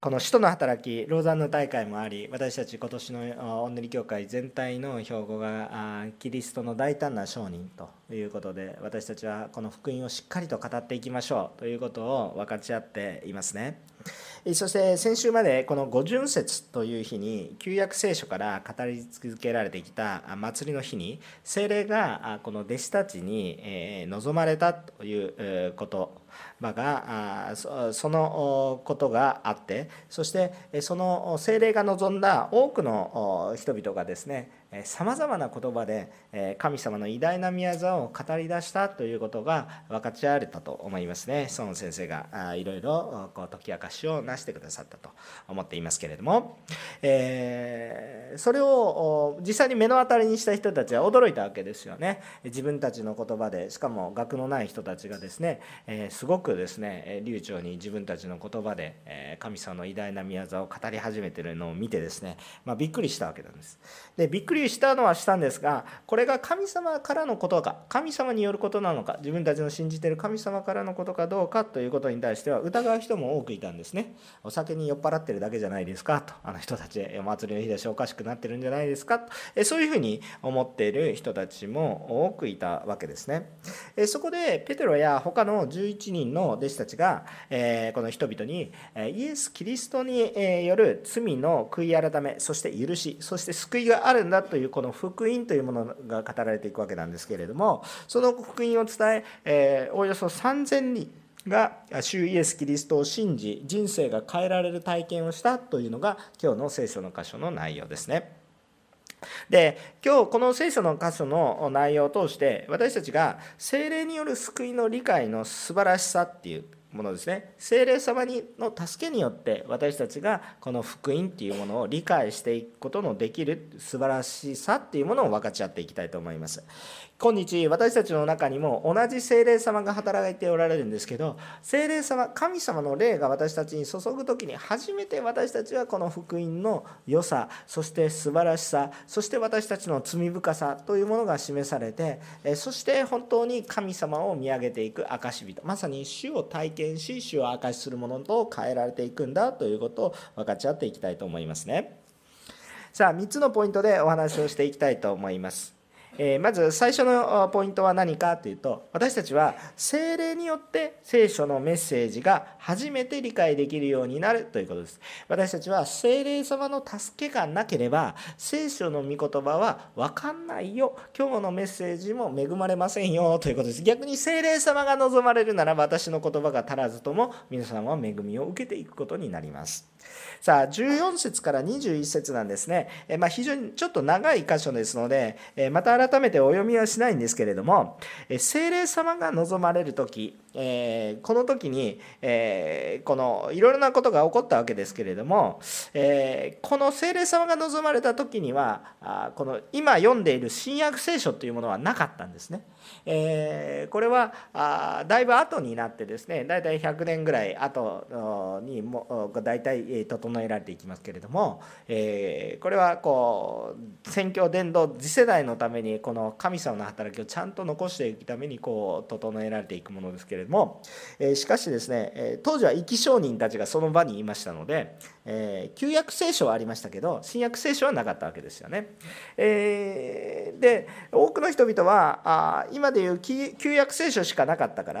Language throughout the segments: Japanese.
この使徒の働き、ローザンヌ大会もあり、私たち今年の御塗教会全体の標語がキリストの大胆な商人ということで、私たちはこの福音をしっかりと語っていきましょうということを分かち合っていますね。そして先週までこの五巡節という日に旧約聖書から語り続けられてきた祭りの日に、聖霊がこの弟子たちに望まれたということがそのことがあって、そしてその聖霊が望んだ多くの人々がですね、さまざまな言葉で神様の偉大な宮業を語り出したということが分かち合われたと思いますね。孫先生がいろいろ解き明かしをなしてくださったと思っていますけれども、それを実際に目の当たりにした人たちは驚いたわけですよね。自分たちの言葉で、しかも学のない人たちがですね、すごくですね流暢に自分たちの言葉で神様の偉大な宮業を語り始めているのを見てですね、びっくりしたわけなんです。でびっくりしたのはしたんですが、これが神様からのことか、神様によることなのか、自分たちの信じている神様からのことかどうかということに対しては疑う人も多くいたんですね。お酒に酔っ払ってるだけじゃないですかと、あの人たちお祭りの日だしおかしくなってるんじゃないですかと、そういうふうに思っている人たちも多くいたわけですね。そこでペテロや他の11人の弟子たちがこの人々にイエス・キリストによる罪の悔い改め、そして許し、そして救いがあるんだというこの福音というものが語られていくわけなんですけれども、その福音を伝えおよそ3000人が主イエス・キリストを信じ、人生が変えられる体験をしたというのが今日の聖書の箇所の内容ですね。で今日この聖書の箇所の内容を通して、私たちが聖霊による救いの理解の素晴らしさっていうものですね、聖霊様の助けによって私たちがこの福音っていうものを理解していくことのできる素晴らしさっていうものを分かち合っていきたいと思います。今日私たちの中にも同じ聖霊様が働いておられるんですけど、聖霊様、神様の霊が私たちに注ぐ時に初めて私たちはこの福音の良さ、そして素晴らしさ、そして私たちの罪深さというものが示されて、そして本当に神様を見上げていく証人、まさに主を体験し主を証しするものと変えられていくんだということを分かち合っていきたいと思いますね。さあ3つのポイントでお話をしていきたいと思います。まず最初のポイントは何かというと、私たちは聖霊によって聖書のメッセージが初めて理解できるようになるということです。私たちは聖霊様の助けがなければ聖書の御言葉は分かんないよ、今日のメッセージも恵まれませんよということです。逆に聖霊様が望まれるならば、私の言葉が足らずとも皆さんは恵みを受けていくことになります。さあ14節から21節なんですね。非常にちょっと長い箇所ですので、また改めてお読みはしないんですけれども、聖霊様が望まれる時、この時に、このいろいろなことが起こったわけですけれども、この聖霊様が望まれた時にはこの今読んでいる新約聖書というものはなかったんですね。これはだいぶ後になってですね、だいたい100年ぐらい後にもだいたい整えられていきますけれども、これはこう宣教伝道次世代のためにこの神様の働きをちゃんと残していくためにこう整えられていくものですけれども、しかしですね、当時は生き証人たちがその場にいましたので、旧約聖書はありましたけど新約聖書はなかったわけですよね。で多くの人々は今でいう旧約聖書しかなかったから、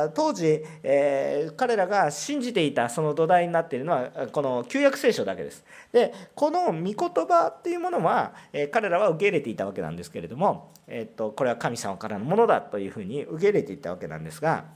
当時、彼らが信じていたその土台になっているのはこの旧約聖書だけです。でこの御言葉っていうものは、彼らは受け入れていたわけなんですけれども、これは神様からのものだというふうに受け入れていったわけなんですが、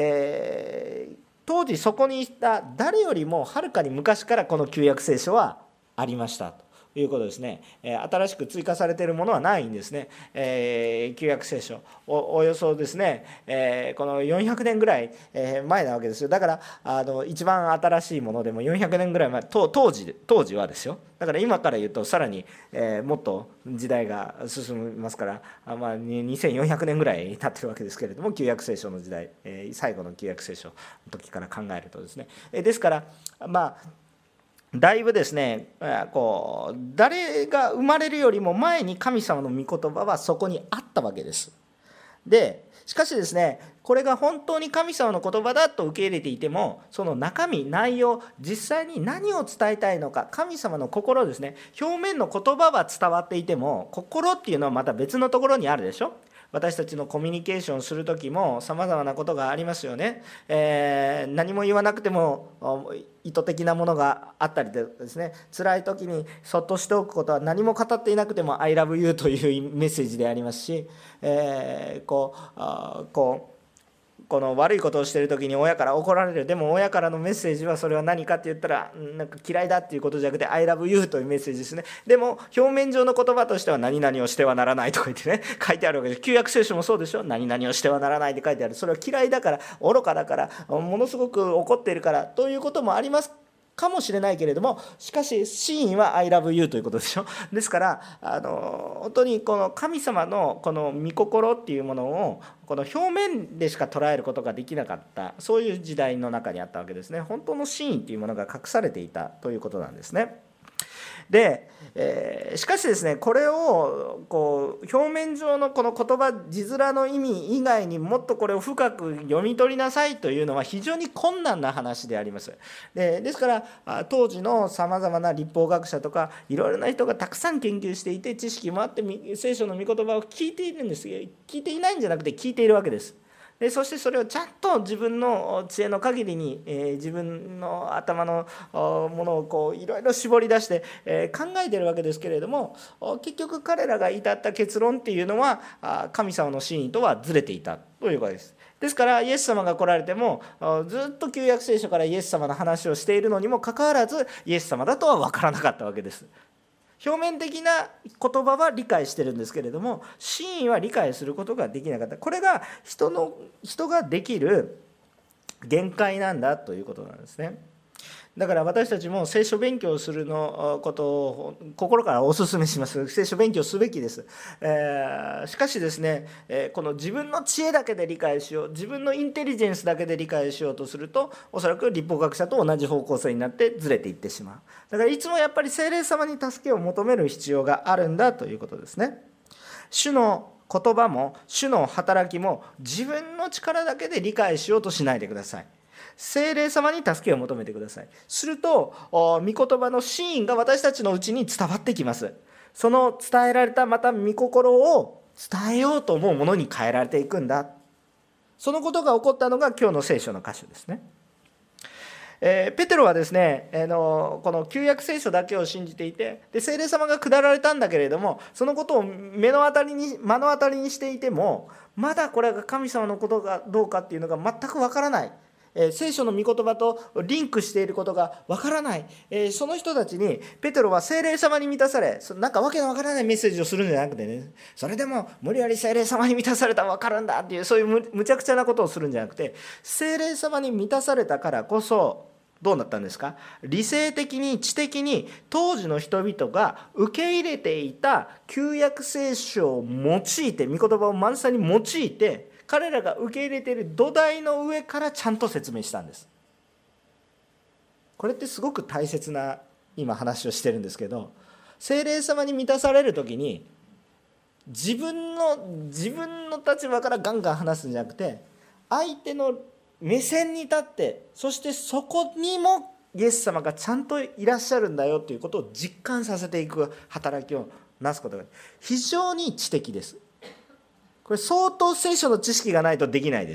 当時そこにいた誰よりもはるかに昔からこの旧約聖書はありましたということですね。新しく追加されているものはないんですね。旧約聖書 およそですね、この400年ぐらい前なわけですよ。だから一番新しいものでも400年ぐらい前、当時はですよ。だから今から言うとさらにもっと時代が進みますから、2400年ぐらい経ってるわけですけれども、旧約聖書の時代、最後の旧約聖書の時から考えるとですね、ですからだいぶですね、誰が生まれるよりも前に神様の御言葉はそこにあったわけです。でしかしですね、これが本当に神様の言葉だと受け入れていても、その中身、内容、実際に何を伝えたいのか、神様の心ですね、表面の言葉は伝わっていても、心っていうのはまた別のところにあるでしょ。私たちのコミュニケーションする時もさまざまなことがありますよね。何も言わなくても意図的なものがあったりですね、辛い時にそっとしておくことは、何も語っていなくても I love you というメッセージでありますし、この悪いことをしている時に親から怒られる、でも親からのメッセージはそれは何かって言ったら、なんか嫌いだっていうことじゃなくて I love you というメッセージですね。でも表面上の言葉としては何々をしてはならないとか言ってね、書いてあるわけです。旧約聖書もそうでしょ。何々をしてはならないって書いてある。それは嫌いだから、愚かだから、ものすごく怒っているからということもありますかもしれないけれども、しかし真意は I love you ということでしょ。ですから本当にこの神様のこの御心っていうものをこの表面でしか捉えることができなかった、そういう時代の中にあったわけですね。本当の真意っていうものが隠されていたということなんですね。で、しかしですね、これを表面上のこの言葉字面の意味以外にもっとこれを深く読み取りなさいというのは非常に困難な話であります。ですから当時のさまざまな立法学者とかいろいろな人がたくさん研究していて、知識もあって聖書の御言葉を聞いているんです。聞いていないんじゃなくて聞いているわけです。そしてそれをちゃんと自分の知恵の限りに、自分の頭のものをいろいろ絞り出して、考えているわけですけれども、結局彼らが至った結論っていうのは神様の真意とはずれていたということです。ですからイエス様が来られてもずっと旧約聖書からイエス様の話をしているのにもかかわらず、イエス様だとは分からなかったわけです。表面的な言葉は理解してるんですけれども、真意は理解することができなかった。これが人ができる限界なんだということなんですね。だから私たちも聖書勉強するのことを心からお勧めします。聖書勉強すべきです。しかしですね、この自分の知恵だけで理解しよう、自分のインテリジェンスだけで理解しようとすると、おそらく立法学者と同じ方向性になってずれていってしまう。だからいつもやっぱり聖霊様に助けを求める必要があるんだということですね。主の言葉も主の働きも自分の力だけで理解しようとしないでください。聖霊様に助けを求めてください。すると御言葉の真意が私たちのうちに伝わってきます。その伝えられたまた御心を伝えようと思うものに変えられていくんだ。そのことが起こったのが今日の聖書の箇所ですね。ペテロはですね、この旧約聖書だけを信じていて、で聖霊様が下られたんだけれども、そのことを目の当たりにしていても、まだこれが神様のことかどうかっていうのが全くわからない。聖書の御言葉とリンクしていることがわからない、その人たちにペテロは聖霊様に満たされ、なんかわけのわからないメッセージをするんじゃなくてね、それでも無理やり聖霊様に満たされたらわかるんだっていう、そういうむちゃくちゃなことをするんじゃなくて、聖霊様に満たされたからこそどうなったんですか。理性的に知的に当時の人々が受け入れていた旧約聖書を用いて、御言葉を満載に用いて、彼らが受け入れている土台の上からちゃんと説明したんです。これってすごく大切な今話をしてるんですけど、聖霊様に満たされる時に自分の立場からガンガン話すんじゃなくて、相手の目線に立って、そしてそこにもイエス様がちゃんといらっしゃるんだよということを実感させていく働きをなすことが非常に知的です。これ相当聖書の知識がないとできないです。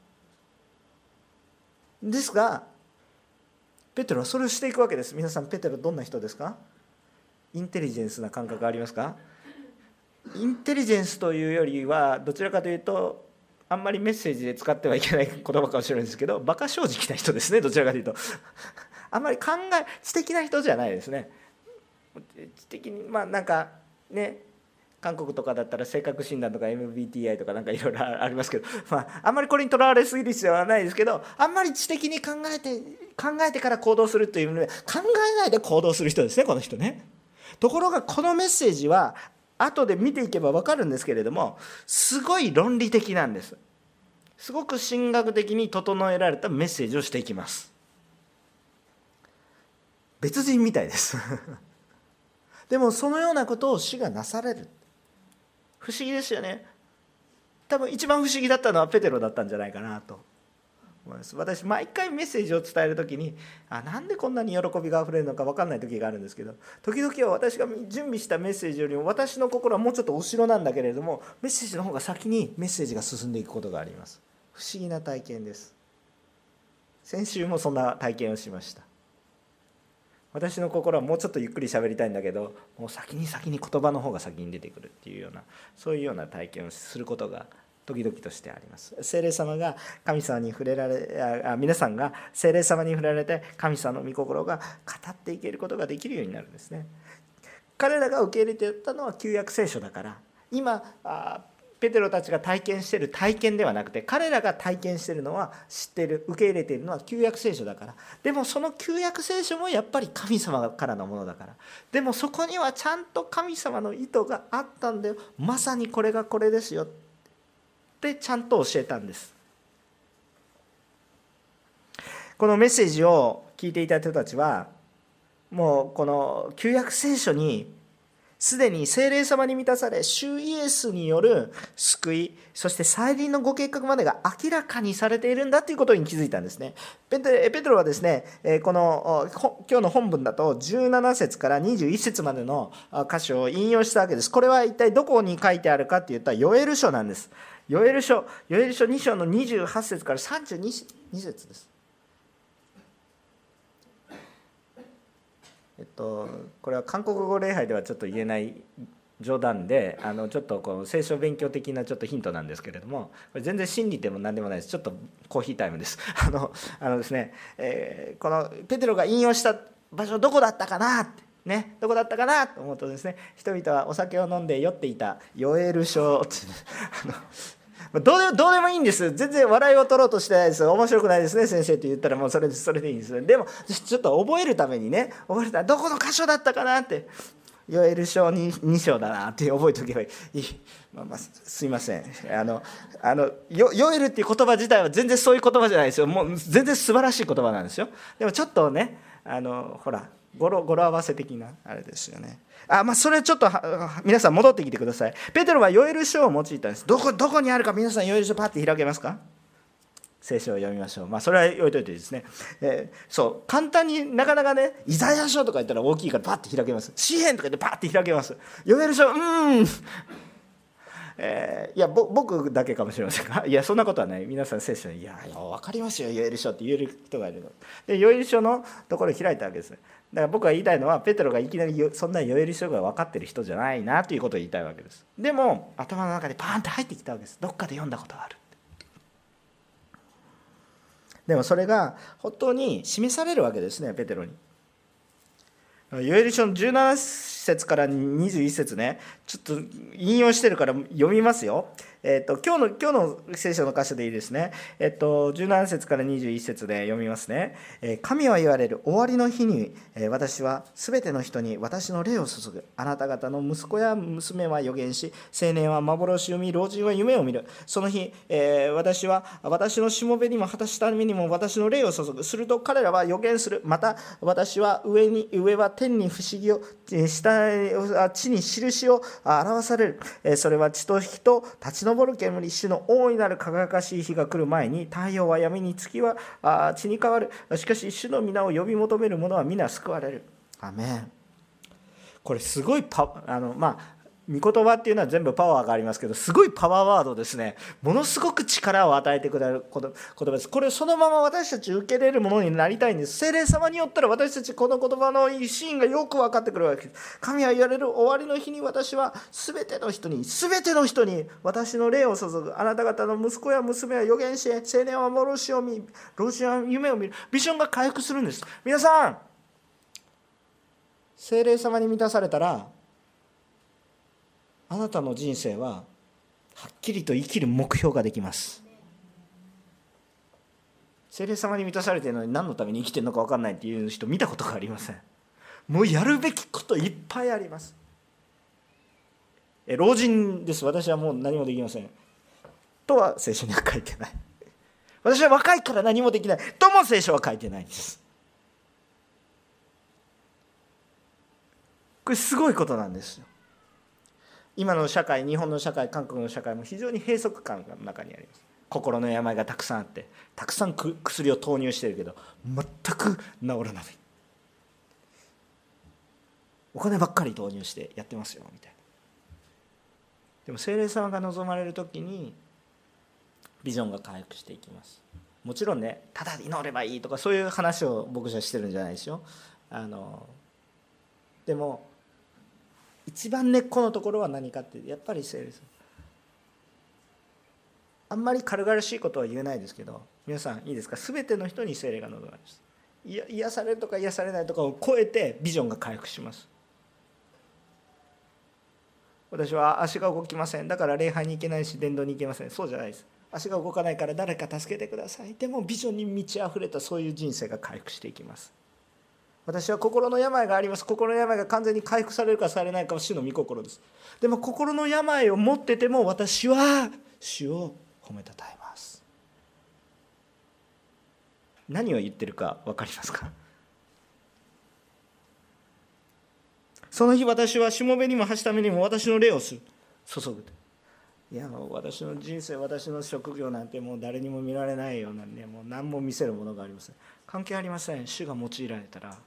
ですがペテロはそれをしていくわけです。皆さん、ペテロどんな人ですか？インテリジェンスな感覚ありますか？インテリジェンスというよりはどちらかというと、あんまりメッセージで使ってはいけない言葉かもしれないんですけど、馬鹿正直な人ですね。どちらかというとあんまり知的な人じゃないですね。知的になんかね、韓国とかだったら性格診断とか MBTI とかなんかいろいろありますけど、あんまりこれにとらわれすぎる必要はないですけど、あんまり知的に考えてから行動するというので、考えないで行動する人ですね、この人ね。ところがこのメッセージは後で見ていけば分かるんですけれども、すごい論理的なんです。すごく神学的に整えられたメッセージをしていきます。別人みたいですでもそのようなことを主がなされる。不思議ですよね。 多分一番不思議だったのはペテロだったんじゃないかなと思います。私毎回メッセージを伝える時になんでこんなに喜びがあふれるのか分かんない時があるんですけど、時々は私が準備したメッセージよりも私の心はもうちょっと後ろなんだけれども、メッセージの方が先にメッセージが進んでいくことがあります。不思議な体験です。先週もそんな体験をしました。私の心はもうちょっとゆっくり喋りたいんだけど、もう先に言葉の方が先に出てくるっていうような、そういうような体験をすることが時々としてあります。聖霊様が神様に触れられ、皆さんが聖霊様に触れられて神様の御心が語っていけることができるようになるんですね。彼らが受け入れていったのは旧約聖書だから、今ペテロたちが体験している体験ではなくて、彼らが体験しているのは知っている、受け入れているのは旧約聖書だから。でもその旧約聖書もやっぱり神様からのものだから。でもそこにはちゃんと神様の意図があったんだよ、まさにこれがこれですよってちゃんと教えたんです。このメッセージを聞いていた人たちは、もうこの旧約聖書にすでに聖霊様に満たされ、主イエスによる救い、そして再臨のご計画までが明らかにされているんだということに気づいたんですね。ペテロはですね、この今日の本文だと17節から21節までの箇所を引用したわけです。これは一体どこに書いてあるかといったらヨエル書なんです。ヨエル書2章の28節から32節です。これは韓国語礼拝ではちょっと言えない冗談で、ちょっとこう聖書勉強的なちょっとヒントなんですけれども、これ全然真理でも何でもないです。ちょっとコーヒータイムです。ですね、このペテロが引用した場所どこだったかなってね、どこだったかなと思うとですね、人々はお酒を飲んで酔っていたヨエル書ってどうでもいいんです。全然笑いを取ろうとしてないです。面白くないですね先生って言ったらもうそれでいいんです。でもちょっと覚えるためにね、どこの箇所だったかなって、ヨエル書2章だなって覚えておけばいい。すいません。ヨエルっていう言葉自体は全然そういう言葉じゃないですよ。もう全然素晴らしい言葉なんですよ。でもちょっとね、ほら語呂合わせ的なあれですよね。それちょっと皆さん戻ってきてください。ペテロはヨエル書を用いたんです。どこにあるか皆さんヨエル書パッて開けますか。聖書を読みましょう。それは置いといてですね、そう簡単になかなかね、イザヤ書とか言ったら大きいからパッて開けます。詩編とか言ってパッて開けます。ヨエル書いや僕だけかもしれませんが、いやそんなことはない。皆さん聖書にいや分かりますよヨエル書って言える人がいるので、ヨエル書のところを開いたわけです。だから僕が言いたいのは、ペテロがいきなりそんなヨエル書が分かってる人じゃないなということを言いたいわけです。でも頭の中でパーンって入ってきたわけです。どっかで読んだことがある。でもそれが本当に示されるわけですね、ペテロに。ヨエル書の17節から21節ね、ちょっと引用してるから読みますよ。今日の聖書の箇所でいいですね。17節から21節で読みますね。神は言われる、終わりの日に私はすべての人に私の霊を注ぐ。あなた方の息子や娘は預言し、青年は幻を見、老人は夢を見る。その日、私は私のしもべにも果たしためにも私の霊を注ぐ。すると彼らは預言する。また私は上は天に不思議を、下は地に印を表される。それは地と火と立ち上る煙、主の大いなる輝かしい日が来る前に、太陽は闇に、月は血に変わる。しかし主の皆を呼び求める者は皆救われる。アメン。これすごい御言葉っていうのは全部パワーがありますけど、すごいパワーワードですね。ものすごく力を与えてくれる言葉です。これをそのまま私たち受け入れるものになりたいんです。聖霊様によったら私たちこの言葉のシーンがよく分かってくるわけです。神は言われる、終わりの日に私は全ての人に私の霊を注ぐ。あなた方の息子や娘は預言し、青年は幻を見、老人は夢を見る。ビジョンが回復するんです。皆さん、聖霊様に満たされたら、あなたの人生ははっきりと生きる目標ができます。聖霊様に満たされているのに何のために生きているのか分かんないっていう人見たことがありません。もうやるべきこといっぱいあります。老人です。私はもう何もできませんとは聖書には書いてない。私は若いから何もできないとも聖書は書いてないんです。これすごいことなんですよ。 今の社会、日本の社会、韓国の社会も非常に閉塞感の中にあります。心の病がたくさんあって、たくさん薬を投入してるけど全く治らない、お金ばっかり投入してやってますよみたいな。でも聖霊様が望まれる時にビジョンが回復していきます。もちろんね、ただ祈ればいいとかそういう話を僕じゃしてるんじゃないですよ。でも一番根っこのところは何かって、やっぱり聖霊様。あんまり軽々しいことは言えないですけど、皆さんいいですか、全ての人に聖霊が望まれます。癒されるとか癒されないとかを超えてビジョンが回復します。私は足が動きません、だから礼拝に行けないし伝道に行けません、そうじゃないです。足が動かないから誰か助けてください。でもビジョンに満ち溢れたそういう人生が回復していきます。私は心の病があります。心の病が完全に回復されるかされないかは主の御心です。でも心の病を持ってても私は主を褒めたたえます。何を言ってるか分かりますか。その日私はしもべにもはしためにも私の霊を注ぐ。いや、私の人生、私の職業なんてもう誰にも見られないようなね、もう何も見せるものがありません。関係ありません。主が用いられたら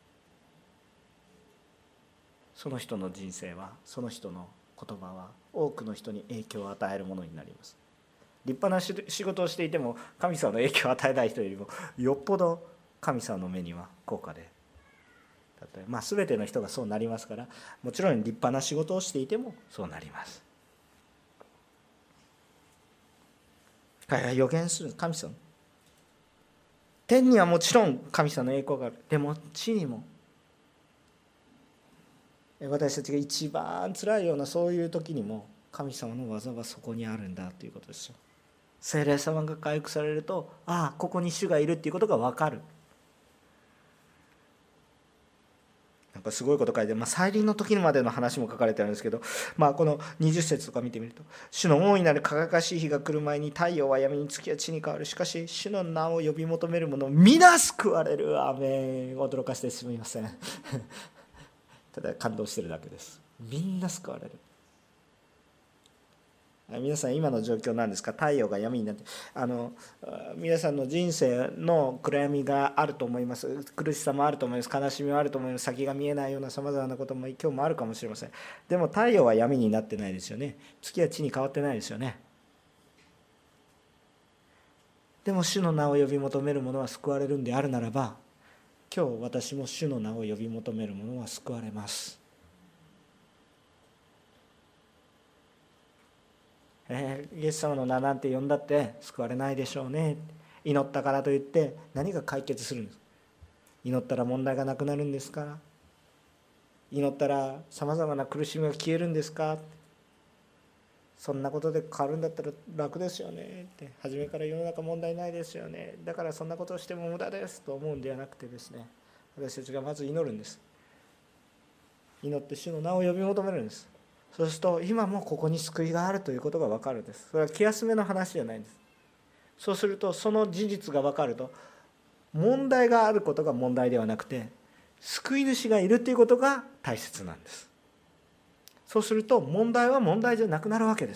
その人の人生は、その人の言葉は多くの人に影響を与えるものになります。立派な仕事をしていても神様の影響を与えない人よりもよっぽど神様の目には高価で、全ての人がそうなりますから、もちろん立派な仕事をしていてもそうなります。彼は予言する神様、天にはもちろん神様の栄光がある。でも地にも、私たちが一番辛いようなそういう時にも神様の技はそこにあるんだということですよ。聖霊様が回復されると、ああここに主がいるっていうことが分かる。なんかすごいこと書いて、再臨の時までの話も書かれてあるんですけど、この20節とか見てみると、主の大いなる輝かしい日が来る前に太陽は闇に、月は地に変わる。しかし主の名を呼び求める者皆救われる。アーメン。驚かせてすみませんただ感動してるだけです。みんな救われる。皆さん今の状況なんですか。太陽が闇になって、皆さんの人生の暗闇があると思います。苦しさもあると思います。悲しみもあると思います。先が見えないようなさまざまなことも今日もあるかもしれません。でも太陽は闇になってないですよね。月は地に変わってないですよね。でも主の名を呼び求める者は救われるんであるならば、今日私も主の名を呼び求める者は救われます。イエス様の名なんて呼んだって救われないでしょうね。祈ったからといって何が解決するんですか。祈ったら問題がなくなるんですか。祈ったらさまざまな苦しみが消えるんですか。そんなことで変わるんだったら楽ですよねって、初めから世の中問題ないですよね、だからそんなことをしても無駄ですと思うんではなくてですね、私たちがまず祈るんです。祈って主の名を呼び求めるんです。そうすると今もここに救いがあるということが分かるんです。それは気休めの話じゃないんです。そうするとその事実が分かると、問題があることが問題ではなくて救い主がいるということが大切なんです。そうすると問題は問題じゃなくなるわけです。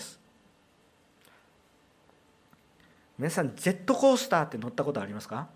皆さんジェットコースターって乗ったことありますか。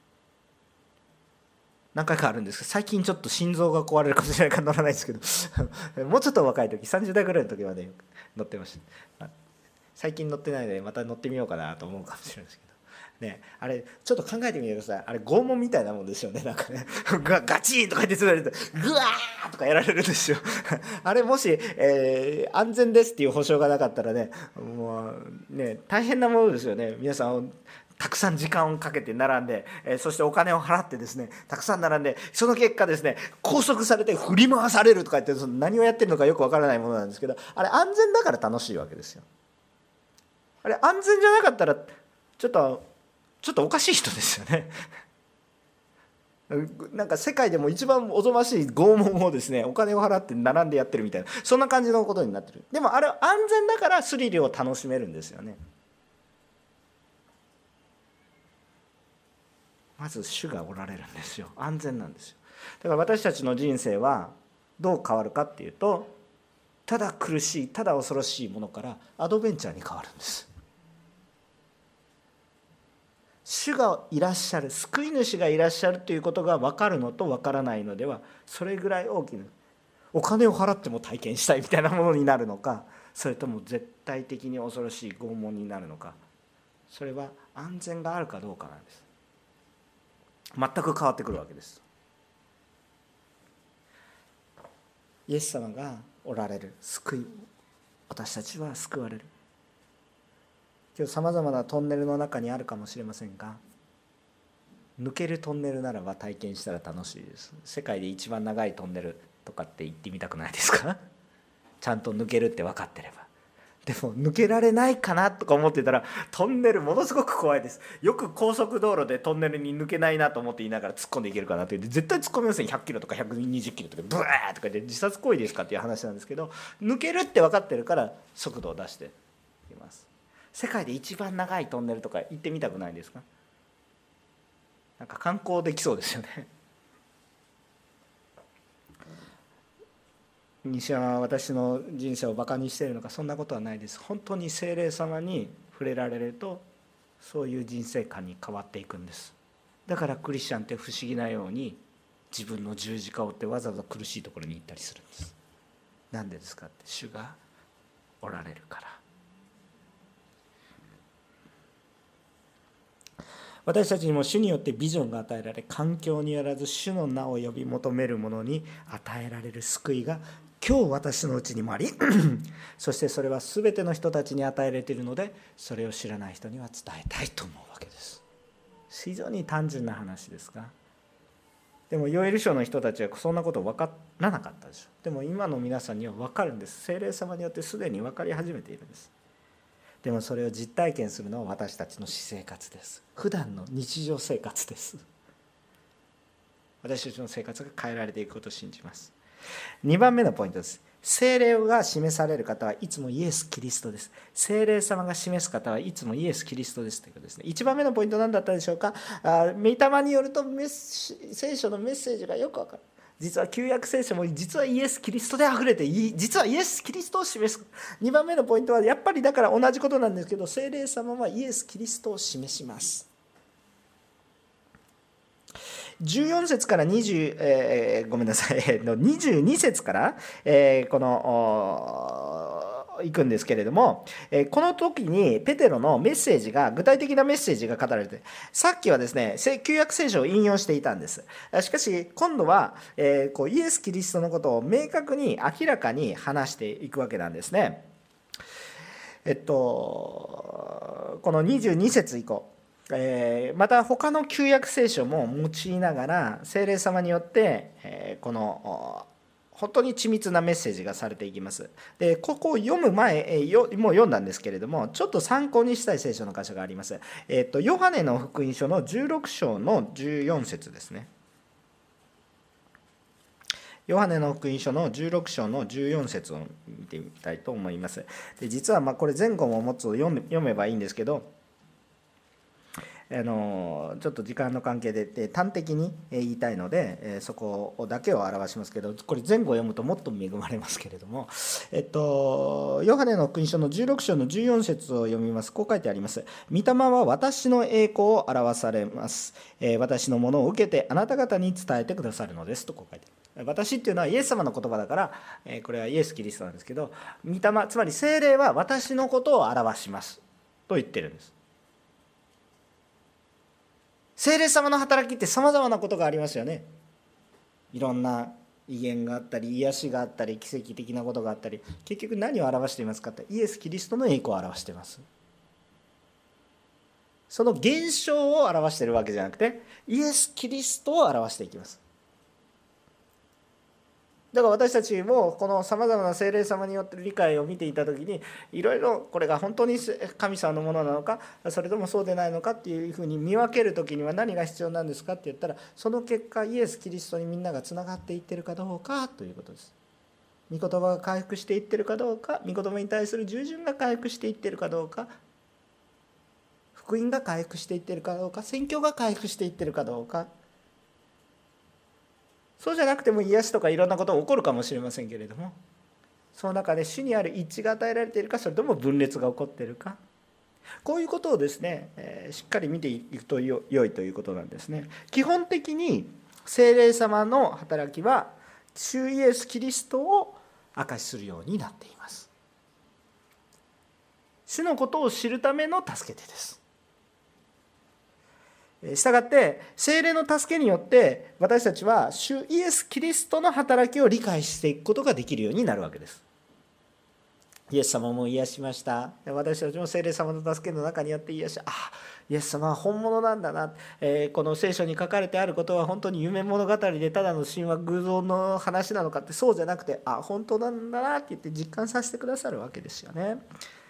何回かあるんですけど、最近ちょっと心臓が壊れるかもしれないから乗らないですけどもうちょっと若い時30代ぐらいの時まで乗ってました。最近乗ってないのでまた乗ってみようかなと思うかもしれないですけどね。あれちょっと考えてみてください。あれ拷問みたいなもんですよね。なんかねガチンとか言ってつられてグワーとかやられるんですよあれもし、安全ですっていう保証がなかったらね、もうね大変なものですよね。皆さんたくさん時間をかけて並んで、そしてお金を払ってですね、たくさん並んで、その結果ですね、拘束されて振り回されるとか言って、何をやってるのかよくわからないものなんですけど、あれ安全だから楽しいわけですよ。あれ安全じゃなかったらちょっとおかしい人ですよねなんか世界でも一番おぞましい拷問をですね、お金を払って並んでやってるみたいな、そんな感じのことになってる。でもあれ安全だからスリルを楽しめるんですよね。まず主がおられるんですよ。安全なんですよ。だから私たちの人生はどう変わるかっていうと、 ただ苦しい、ただ恐ろしいものからアドベンチャーに変わるんです。主がいらっしゃる、救い主がいらっしゃるということが分かるのと分からないのでは、それぐらい大きな、お金を払っても体験したいみたいなものになるのか、それとも絶対的に恐ろしい拷問になるのか、それは安全があるかどうかなんです。全く変わってくるわけです。イエス様がおられる救い、私たちは救われる。今日さまざまなトンネルの中にあるかもしれませんが、抜けるトンネルならば体験したら楽しいです。世界で一番長いトンネルとかって行ってみたくないですか？ちゃんと抜けるって分かってれば。でも抜けられないかなとか思ってたら、トンネルものすごく怖いです。よく高速道路でトンネルに抜けないなと思って言いながら突っ込んでいけるかなって言って、絶対突っ込みません。100キロとか120キロとかブワーとかで自殺行為ですかっていう話なんですけど、抜けるって分かってるから速度を出しています。世界で一番長いトンネルとか行ってみたくないですか？なんか観光できそうですよね。西は私の人生をバカにしているのか、そんなことはないです。本当に聖霊様に触れられると、そういう人生観に変わっていくんです。だからクリスチャンって不思議なように自分の十字架を追ってわざわざ苦しいところに行ったりするんです。なんでですかって、主がおられるから。私たちにも主によってビジョンが与えられ、環境によらず主の名を呼び求める者に与えられる救いが今日私のうちにもありそしてそれは全ての人たちに与えられているので、それを知らない人には伝えたいと思うわけです。非常に単純な話ですが、でもヨエル書の人たちはそんなこと分からなかったでしょう。でも今の皆さんには分かるんです。聖霊様によってすでに分かり始めているんです。でもそれを実体験するのは私たちの私生活です。普段の日常生活です。私たちの生活が変えられていくことを信じます。2番目のポイントです。聖霊が示される方はいつもイエス・キリストです。聖霊様が示す方はいつもイエス・キリストですということですね。1番目のポイントは何だったでしょうか。御霊によると聖書のメッセージがよく分かる。実は旧約聖書も実はイエス・キリストであふれて、実はイエス・キリストを示す。2番目のポイントはやっぱりだから同じことなんですけど、聖霊様はイエス・キリストを示します。14節から22節から、この行くんですけれども、この時にペテロのメッセージが、具体的なメッセージが語られて、さっきはですね旧約聖書を引用していたんです。しかし今度は、イエス・キリストのことを明確に明らかに話していくわけなんですね。この22節以降、また他の旧約聖書も用いながら聖霊様によって、この本当に緻密なメッセージがされていきます。でここを読む前もう読んだんですけれども、ちょっと参考にしたい聖書の箇所があります。ヨハネの福音書の16章の14節ですね。ヨハネの福音書の16章の14節を見てみたいと思います。で実はこれ前後ももっと読めばいいんですけど、ちょっと時間の関係で端的に言いたいので、そこだけを表しますけど、これ前後読むともっと恵まれますけれども、ヨハネの福音書の16章の14節を読みます。こう書いてあります。御霊は私の栄光を表されます。私のものを受けてあなた方に伝えてくださるのですとこう書いてある。私っていうのはイエス様の言葉だから、これはイエス・キリストなんですけど、御霊、つまり聖霊は私のことを表しますと言ってるんです。聖霊様の働きってさまざまなことがありますよね。いろんな威厳があったり、癒しがあったり、奇跡的なことがあったり、結局何を表していますかって、イエス・キリストの栄光を表しています。その現象を表しているわけじゃなくて、イエス・キリストを表していきます。だから私たちもこのさまざまな聖霊様によって理解を見ていたときに、いろいろこれが本当に神様のものなのか、それともそうでないのかっていうふうに見分けるときには何が必要なんですかって言ったら、その結果イエス・キリストにみんながつながっていってるかどうかということです。御言葉が回復していってるかどうか、御言葉に対する従順が回復していってるかどうか、福音が回復していってるかどうか、宣教が回復していってるかどうか。そうじゃなくても癒しとかいろんなことが起こるかもしれませんけれども、 その中で主にある一致が与えられているか、それとも分裂が起こっているか、こういうことをですね、しっかり見ていくと良いということなんですね。基本的に聖霊様の働きは主イエス・キリストを証しするようになっています。主のことを知るための助け手です。したがって聖霊の助けによって私たちは主イエス・キリストの働きを理解していくことができるようになるわけです。イエス様も癒しました。私たちも聖霊様の助けの中にあって癒し、イエス様は本物なんだな、この聖書に書かれてあることは本当に夢物語でただの神話偶像の話なのかって、そうじゃなくて本当なんだなって言って実感させてくださるわけですよね。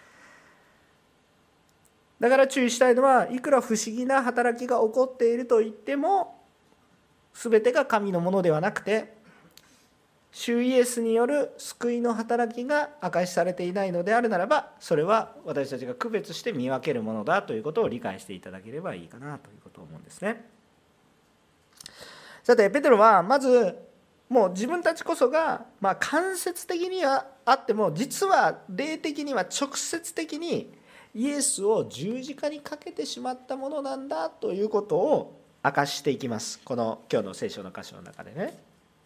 だから注意したいのは、いくら不思議な働きが起こっていると言っても全てが神のものではなくて、主イエスによる救いの働きが明かしされていないのであるならば、それは私たちが区別して見分けるものだということを理解していただければいいかなということを思うんですね。さてペテロはまずもう自分たちこそが間接的にはあっても、実は霊的には直接的にイエスを十字架にかけてしまったものなんだということを明かしていきます。この今日の聖書の箇所の中でね、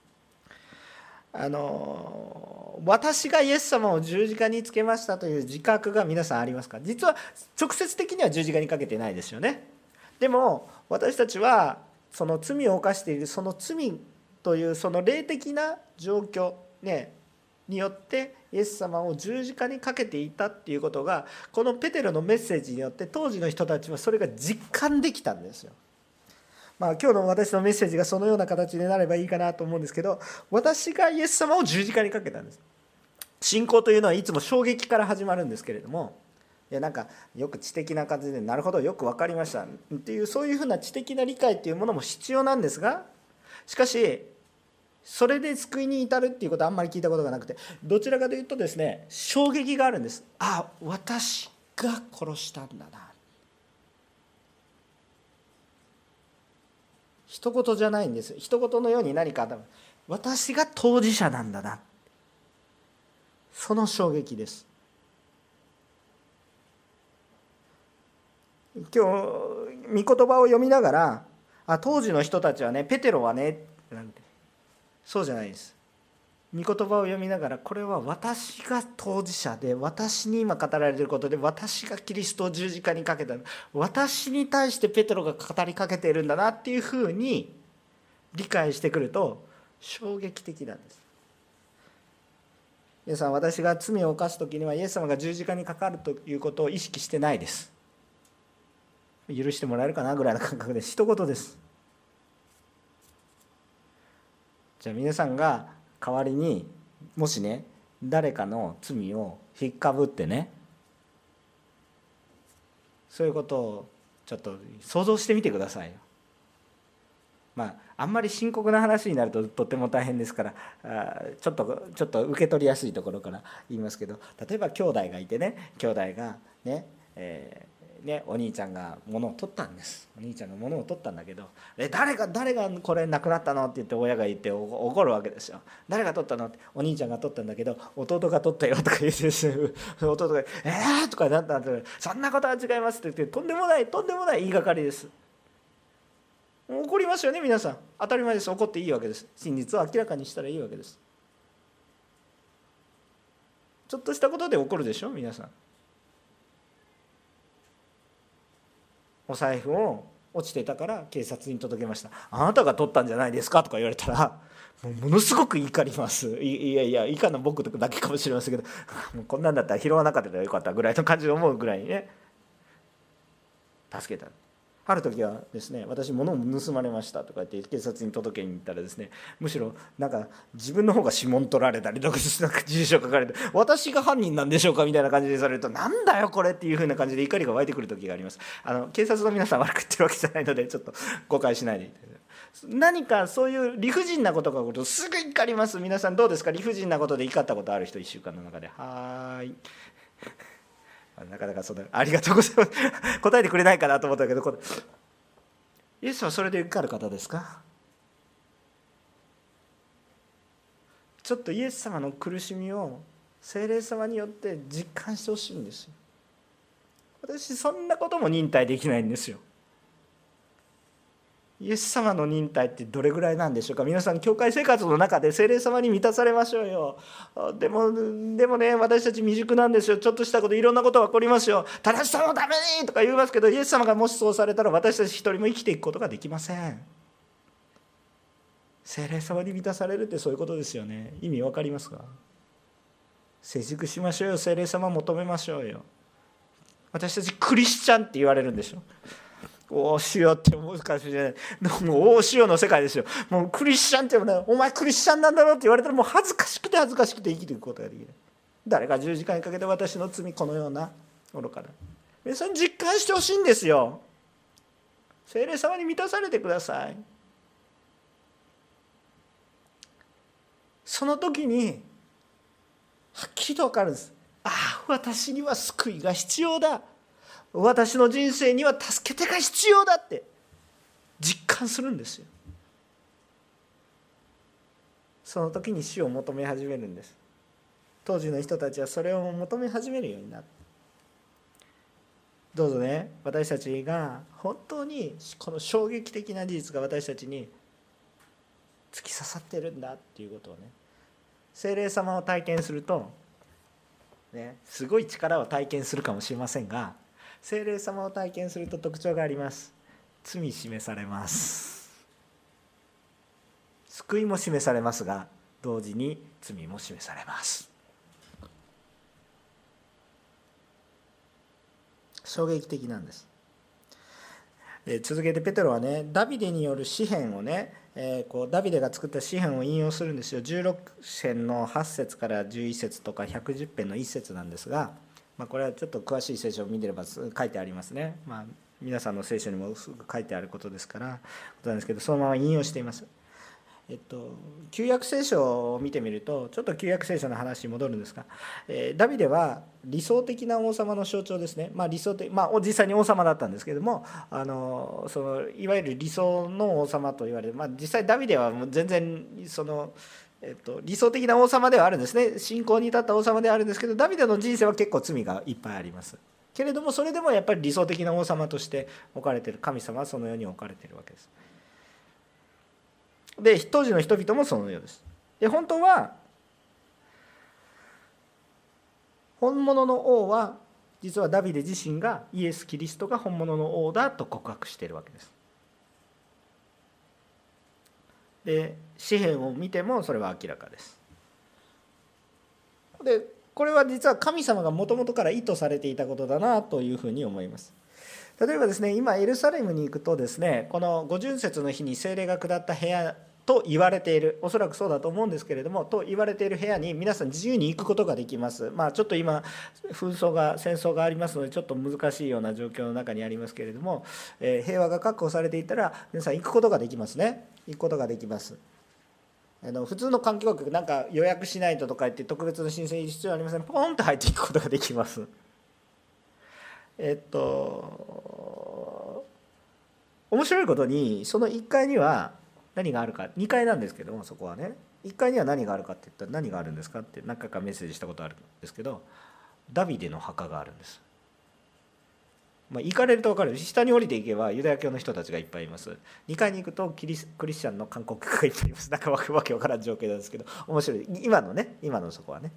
私がイエス様を十字架につけましたという自覚が皆さんありますか？実は直接的には十字架にかけてないですよね。でも私たちはその罪を犯しているその罪というその霊的な状況、によってイエス様を十字架にかけていたっていうことが、このペテロのメッセージによって当時の人たちはそれが実感できたんですよ。今日の私のメッセージがそのような形になればいいかなと思うんですけど、私がイエス様を十字架にかけたんです。信仰というのはいつも衝撃から始まるんですけれども、なんかよく知的な感じで、なるほどよく分かりましたっていう、そういうふうな知的な理解っていうものも必要なんですが、しかしそれで救いに至るっていうことはあんまり聞いたことがなくて、どちらかというとですね、衝撃があるんです。私が殺したんだな、一言じゃないんです。一言のように何か私が当事者なんだな、その衝撃です。今日御言葉を読みながら、当時の人たちはね、ペテロはねなんて、そうじゃないです。御言葉を読みながら、これは私が当事者で、私に今語られていることで、私がキリストを十字架にかけた、私に対してペテロが語りかけているんだなっていうふうに理解してくると衝撃的なんです。皆さん、私が罪を犯す時にはイエス様が十字架にかかるということを意識してないです。許してもらえるかなぐらいの感覚で、一言です。じゃあ皆さんが代わりにもしね、誰かの罪を引っかぶってね、そういうことをちょっと想像してみてくださいよ。あんまり深刻な話になるととっても大変ですから、ちょっと受け取りやすいところから言いますけど、例えば兄弟がいてね、兄弟がね、お兄ちゃんが物を取ったんです。お兄ちゃんが物を取ったんだけど、誰がこれなくなったのって言って親が言って怒るわけですよ。誰が取ったのって、お兄ちゃんが取ったんだけど弟が取ったよとか言って弟がとかなったんで、そんなことは違いますって言って、とんでもない言いがかりです。怒りますよね、皆さん。当たり前です。怒っていいわけです。真実を明らかにしたらいいわけです。ちょっとしたことで怒るでしょ、皆さん。お財布を落ちてたから警察に届けました。あなたが取ったんじゃないですかとか言われたら、ものすごく怒ります。いや以下の僕だけかもしれませんけど、もうこんなんだったら拾わなかったらよかったぐらいの感じで思うぐらいにね、助けた。ある時はですね、私物を盗まれましたとか言って警察に届けに行ったらですね、むしろなんか自分の方が指紋取られたりとか、なんか住所書かれて、私が犯人なんでしょうかみたいな感じでされると、なんだよこれっていう風な感じで怒りが湧いてくる時があります。警察の皆さん悪く言ってるわけじゃないので、ちょっと誤解しないでいて。何かそういう理不尽なことが起こるとすぐ怒ります。皆さんどうですか？理不尽なことで怒ったことある人、1週間の中で。はーい。なかなかありがとうございます答えてくれないかなと思ったけど、イエスはそれで怒る方ですか？ちょっとイエス様の苦しみを聖霊様によって実感してほしいんですよ。私そんなことも忍耐できないんですよ。イエス様の忍耐ってどれぐらいなんでしょうか。皆さん教会生活の中で聖霊様に満たされましょうよ。でもね、私たち未熟なんですよ。ちょっとしたこといろんなことが起こりますよ。正しさのためにとか言いますけど、イエス様がもしそうされたら私たち一人も生きていくことができません。聖霊様に満たされるってそういうことですよね。意味わかりますか。成熟しましょうよ。聖霊様求めましょうよ。私たちクリスチャンって言われるんでしょ。おお主よって難しいじゃない。もうおお主よの世界ですよ。もうクリスチャンってお前クリスチャンなんだろうって言われたらもう恥ずかしくて生きていくことができない。誰が十字架にかけて私の罪このような愚かだ。皆さん実感してほしいんですよ。聖霊様に満たされてください。その時にはっきりと分かるんです。ああ、私には救いが必要だ。私の人生には助け手が必要だって実感するんですよ。その時に死を求め始めるんです。当時の人たちはそれを求め始めるようになった。どうぞね、私たちが本当にこの衝撃的な事実が私たちに突き刺さってるんだっていうことをね、聖霊様を体験するとね、すごい力を体験するかもしれませんが、聖霊様を体験すると特徴があります。罪示されます。救いも示されますが、同時に罪も示されます。衝撃的なんです。続けてペテロはね、ダビデによる詩篇をね、ダビデが作った詩篇を引用するんですよ。16編の8節から11節とか110編の1節なんですが、これはちょっと詳しい聖書を見てれば書いてありますね。皆さんの聖書にもすぐ書いてあることですからことなんですけど、そのまま引用しています。旧約聖書を見てみると、ちょっと旧約聖書の話に戻るんですが、ダビデは理想的な王様の象徴ですね。理想的、実際に王様だったんですけれども、そのいわゆる理想の王様と言われる、実際ダビデはもう全然その理想的な王様ではあるんですね。信仰に至った王様ではあるんですけど、ダビデの人生は結構罪がいっぱいありますけれども、それでもやっぱり理想的な王様として置かれている。神様はそのように置かれているわけです。で、当時の人々もそのようです。で、本当は本物の王は実はダビデ自身がイエス・キリストが本物の王だと告白しているわけです。で、詩篇を見てもそれは明らかです。で、これは実は神様がもともとから意図されていたことだなというふうに思います。例えばですね、今エルサレムに行くとですね、この五旬節の日に聖霊が下った部屋と言われている、おそらくそうだと思うんですけれども、と言われている部屋に皆さん自由に行くことができます。ちょっと今戦争がありますのでちょっと難しいような状況の中にありますけれども、平和が確保されていたら皆さん行くことができますね。行くことができます。普通の環境局なんか予約しないととか言って特別な申請必要ありません。ポンと入っていくことができます。面白いことにその1階には何があるか、2階なんですけども、そこはね、1階には何があるかって言ったら何があるんですかって何回かメッセージしたことあるんですけど、ダビデの墓があるんです。行かれると分かる。下に降りていけばユダヤ教の人たちがいっぱいいます。2階に行くとクリスチャンの観光客がいっぱいいます。なんかわけ分からん状況なんですけど面白い。今のそこはね。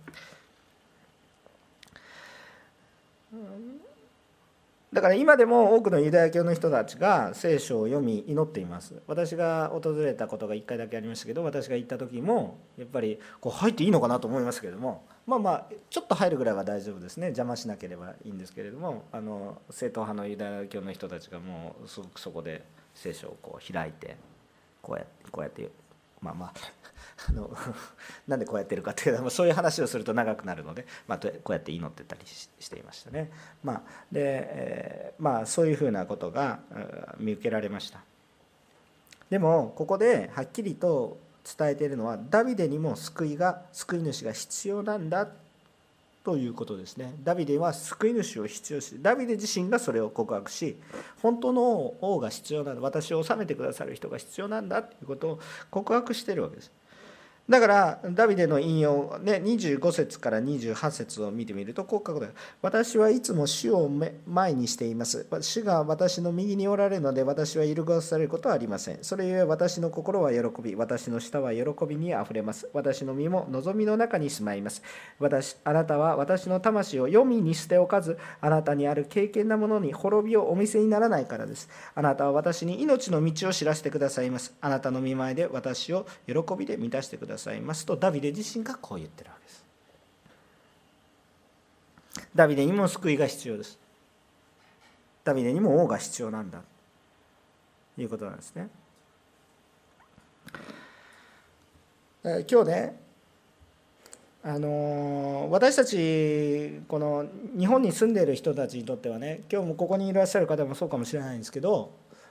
だから今でも多くのユダヤ教の人たちが聖書を読み祈っています。私が訪れたことが1回だけありましたけど、私が行った時もやっぱり入っていいのかなと思いますけれども、ちょっと入るぐらいは大丈夫ですね。邪魔しなければいいんですけれども、正統派のユダヤ教の人たちがもうそこで聖書を開いてこうやってなんでこうやってるかっていうのはそういう話をすると長くなるので、こうやって祈ってたりしていましたね。そういうふうなことが見受けられました。でもここではっきりと伝えているのは、ダビデにも救い主が必要なんだということですね。ダビデは救い主を必要し、ダビデ自身がそれを告白し、本当の王が必要なんだ、私を治めてくださる人が必要なんだということを告白しているわけです。 だからダビデの引用、ね、25節から28節を見てみるとこう書くだ。私はいつも主を前にしています。主が私の右におられるので私は揺るがされることはありません。それゆえ私の心は喜び、私の舌は喜びにあふれます。私の身も望みの中に住まいます。あなたは私の魂を黄泉に捨ておかず、あなたにある敬虔なものに滅びをお見せにならないからです。あなたは私に命の道を知らせてくださいます。あなたの御前で私を喜びで満たしてくださいますと、ダビデ自身がこう言ってるわけです。ダビデにも救いが必要です。ダビデにも王が必要なんだということなんですね。今日ね、私たちこの日本に住んでいる人たちにとってはね、今日もここにいらっしゃる方もそうかもしれないんですけど、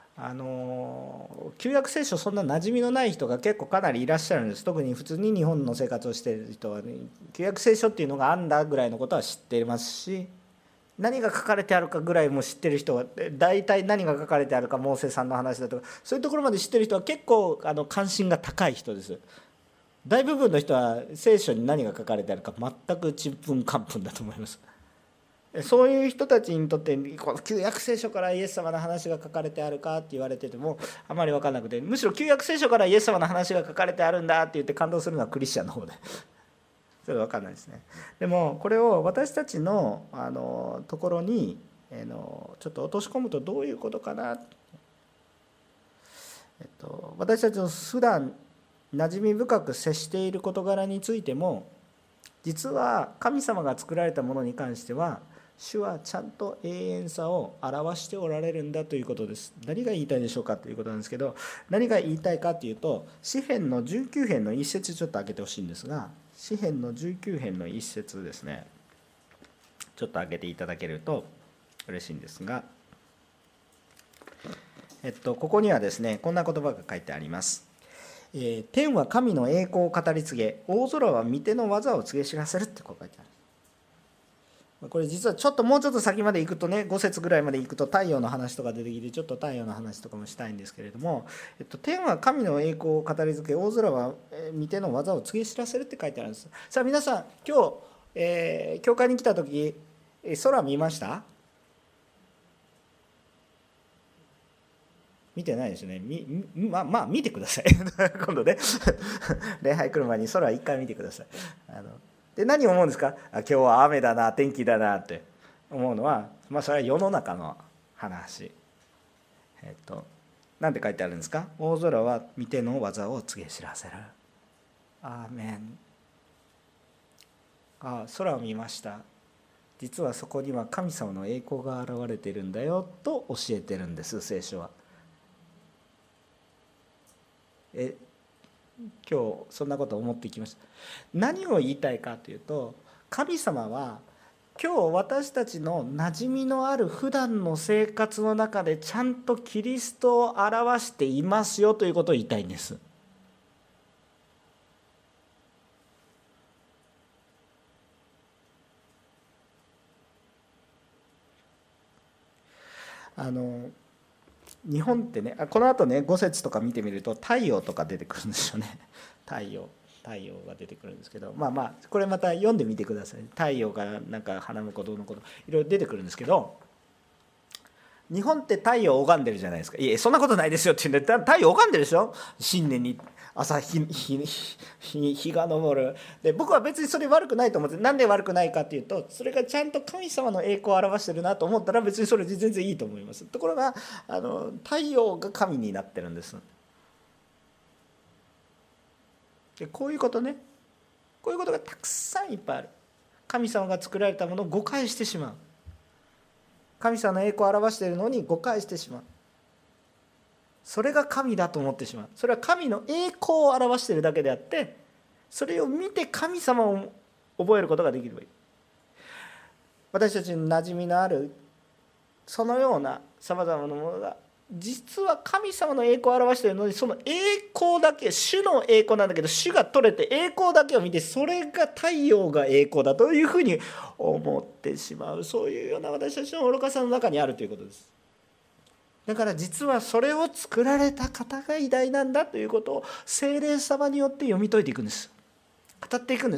旧約聖書そんな馴染みのない人が結構かなりいらっしゃるんです。特に普通に日本の生活をしている人は、ね、旧約聖書っていうのがあんだぐらいのことは知っていますし、何が書かれてあるかぐらいも知ってる人は、大体何が書かれてあるか、モーセさんの話だとかそういうところまで知ってる人は結構関心が高い人です。大部分の人は聖書に何が書かれてあるか全くちんぷんかんぷんだと思います。そういう人たちにとってこの旧約聖書からイエス様の話が書かれてあるかって言われててもあまり分からなくて、むしろ旧約聖書からイエス様の話が書かれてあるんだって言って感動するのはクリスチャンの方でそれは分からないですね。でもこれを私たちのところにちょっと落とし込むとどういうことかな。私たちの普段馴染み深く接している事柄についても、実は神様が作られたものに関しては主はちゃんと永遠さを表しておられるんだということです。何が言いたいでしょうかということなんですけど、何が言いたいかというと、詩編の19編の一節ちょっと開けてほしいんですが、詩編の19編の一節ですね、ちょっと開けていただけると嬉しいんですが、ここにはですねこんな言葉が書いてあります。天は神の栄光を語り継げ、大空は御手の技を告げ知らせるってこう書いてある。これ実はもうちょっと先まで行くとね、5節ぐらいまで行くと太陽の話とか出てきて、ちょっと太陽の話とかもしたいんですけれども、天は神の栄光を語り継げ、大空は御手の技を告げ知らせるって書いてあるんです。さあ皆さん今日、教会に来た時空見ました？見てないですね。まあ見てください今度ね礼拝来る前に空一回見てください。で何を思うんですか？今日は雨だな、天気だなって思うのは、それは世の中の話。なんて書いてあるんですか？大空は御手の技を告げ知らせる。アーメン。空を見ました。実はそこには神様の栄光が現れているんだよと教えてるんです、聖書は。今日そんなことを思ってきました。何を言いたいかというと、神様は今日私たちの馴染みのある普段の生活の中でちゃんとキリストを表していますよということを言いたいんです。日本ってね、この後ね5節とか見てみると太陽とか出てくるんですよね。太陽が出てくるんですけど、これまた読んでみてください。太陽がなんか花婿どうのこといろいろ出てくるんですけど、日本って太陽を拝んでるじゃないですか。いやそんなことないですよって言うんで、太陽拝んでるでしょ。新年に朝日が昇る。で僕は別にそれ悪くないと思って、なんで悪くないかっていうと、それがちゃんと神様の栄光を表してるなと思ったら別にそれで全然いいと思います。ところが太陽が神になってるんです。でこういうことね、こういうことがたくさんいっぱいある。神様が作られたものを誤解してしまう。神様の栄光を表しているのに誤解してしまう。それが神だと思ってしまう。それは神の栄光を表しているだけであって、それを見て神様を覚えることができればいい。私たちの馴染みのあるそのようなさまざまなものが実は神様の栄光を表しているのに、その栄光だけ、主の栄光なんだけど、主が取れて栄光だけを見て、それが太陽が栄光だというふうに思ってしまう、そういうような私たちの愚かさの中にあるということです。 だから実はそれを作られた方が偉大なんだということを聖霊様によって読み解いていくんです。語っていくんです。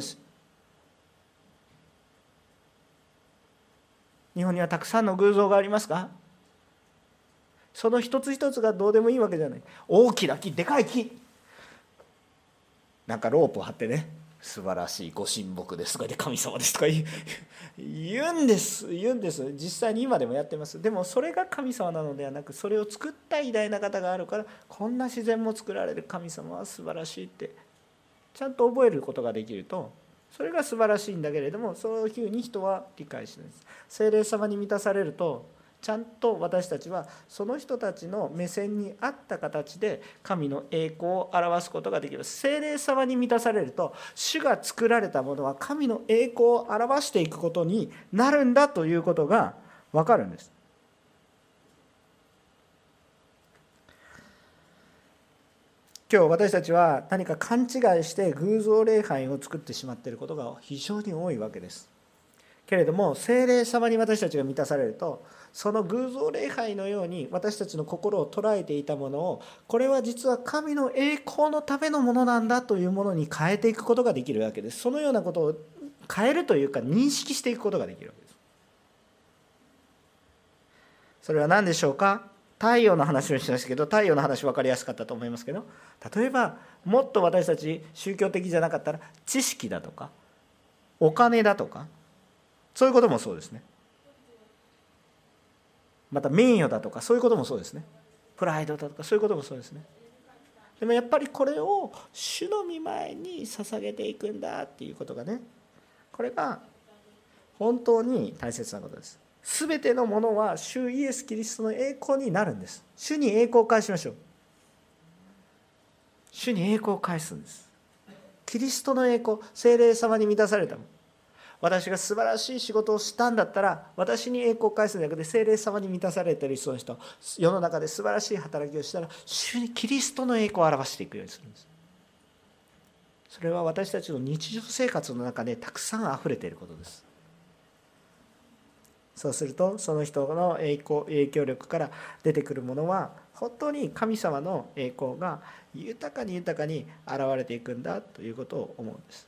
日本にはたくさんの偶像がありますが、その一つ一つがどうでもいいわけじゃない。大きな木、でかい木、なんかロープを張ってね、素晴らしいご神木ですとかで神様ですとか言うんです。実際に今でもやってます。でもそれが神様なのではなく、それを作った偉大な方があるから、こんな自然も作られる神様は素晴らしいってちゃんと覚えることができると、それが素晴らしいんだけれども、そういうふうに人は理解しないです。聖霊様に満たされると、ちゃんと私たちはその人たちの目線に合った形で神の栄光を表すことができます。聖霊様に満たされると、主が作られたものは神の栄光を表していくことになるんだということが分かるんです。今日私たちは何か勘違いして偶像礼拝を作ってしまっていることが非常に多いわけです。けれども聖霊様に私たちが満たされると、その偶像礼拝のように私たちの心を捉えていたものを、これは実は神の栄光のためのものなんだというものに変えていくことができるわけです。そのようなことを変えるというか認識していくことができるわけです。それは何でしょうか。太陽の話をしましたけど、太陽の話分かりやすかったと思いますけど、例えばもっと私たち宗教的じゃなかったら知識だとかお金だとか、そういうこともそうですね。また名誉だとか、そういうこともそうですね。プライドだとか、そういうこともそうですね。でもやっぱりこれを主の御前に捧げていくんだっていうことがね、これが本当に大切なことです。すべてのものは主イエス・キリストの栄光になるんです。主に栄光を返しましょう。主に栄光を返すんです。キリストの栄光、聖霊様に満たされたもの、私が素晴らしい仕事をしたんだったら、私に栄光を返すんじゃなくて、聖霊様に満たされている人の人、世の中で素晴らしい働きをしたら、主にキリストの栄光を表していくようにするんです。それは私たちの日常生活の中でたくさんあふれていることです。そうするとその人の影響力から出てくるものは、本当に神様の栄光が豊かに現れていくんだということを思うんです。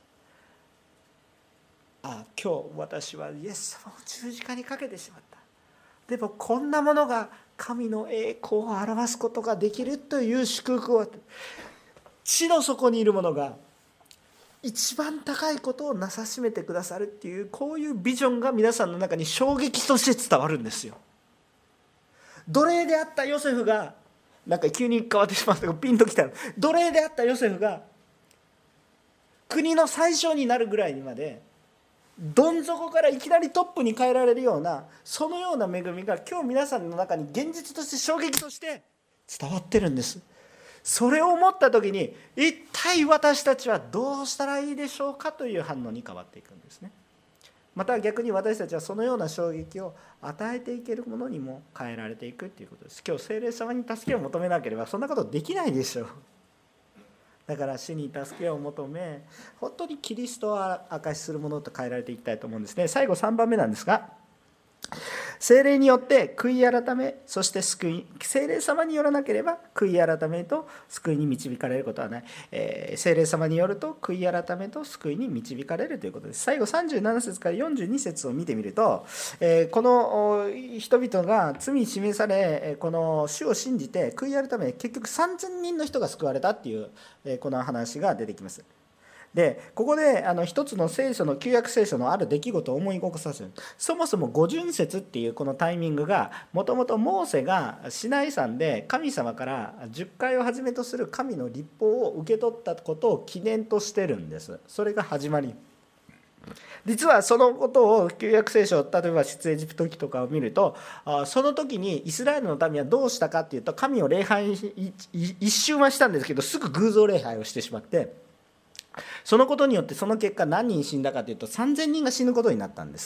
今日私はイエス様を十字架にかけてしまった。でもこんなものが神の栄光を表すことができるという祝福を、地の底にいるものが一番高いことをなさしめてくださるっていう、こういうビジョンが皆さんの中に衝撃として伝わるんですよ。奴隷であったヨセフが、なんか急に変わってしまったけどピンときた。奴隷であったヨセフが国の宰相になるぐらいにまで、どん底からいきなりトップに変えられるような、そのような恵みが今日皆さんの中に現実として衝撃として伝わってるんです。それを思った時に、一体私たちはどうしたらいいでしょうかという反応に変わっていくんですね。また逆に私たちはそのような衝撃を与えていけるものにも変えられていくということです。今日聖霊様に助けを求めなければそんなことできないでしょう。だから主に助けを求め、本当にキリストを証しするものと変えられていきたいと思うんですね。最後3番目なんですが、聖霊によって悔い改め、そして救い、聖霊様によらなければ悔い改めと救いに導かれることはない。聖霊様によると悔い改めと救いに導かれるということです。最後37節から42節を見てみると、この人々が罪に示され、この主を信じて悔い改め、結局3000人の人が救われたっていう、この話が出てきます。でここで一つの聖書の旧約聖書のある出来事を思い起こさせる。そもそも五巡節っていうこのタイミングが、もともとモーセがシナイ山で神様から十戒をはじめとする神の律法を受け取ったことを記念としてるんです。それが始まり。実はそのことを旧約聖書、例えば出エジプト記とかを見ると、その時にイスラエルの民はどうしたかっていうと、神を礼拝一瞬はしたんですけど、すぐ偶像礼拝をしてしまって、そのことによってその結果何人死んだかというと3000人が死ぬことになったんです。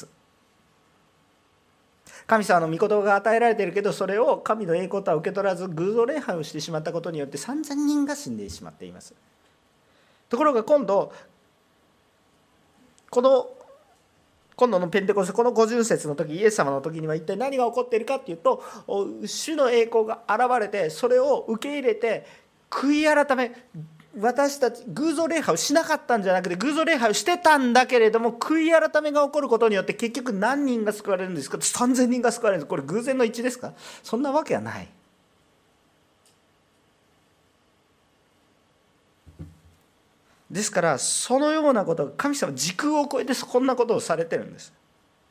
神様の御言葉が与えられているけど、それを神の栄光とは受け取らず偶像礼拝をしてしまったことによって3000人が死んでしまっています。ところが今度こ今度のペンテコステこの50節の時、イエス様の時には一体何が起こっているかっていうと、主の栄光が現れて、それを受け入れて悔い改め、私たち偶像礼拝をしなかったんじゃなくて、偶像礼拝をしてたんだけれども、悔い改めが起こることによって結局何人が救われるんですか。3000人が救われるんです。これ偶然の一致ですか。そんなわけはない。ですからそのようなことが、神様時空を超えてこんなことをされてるんです。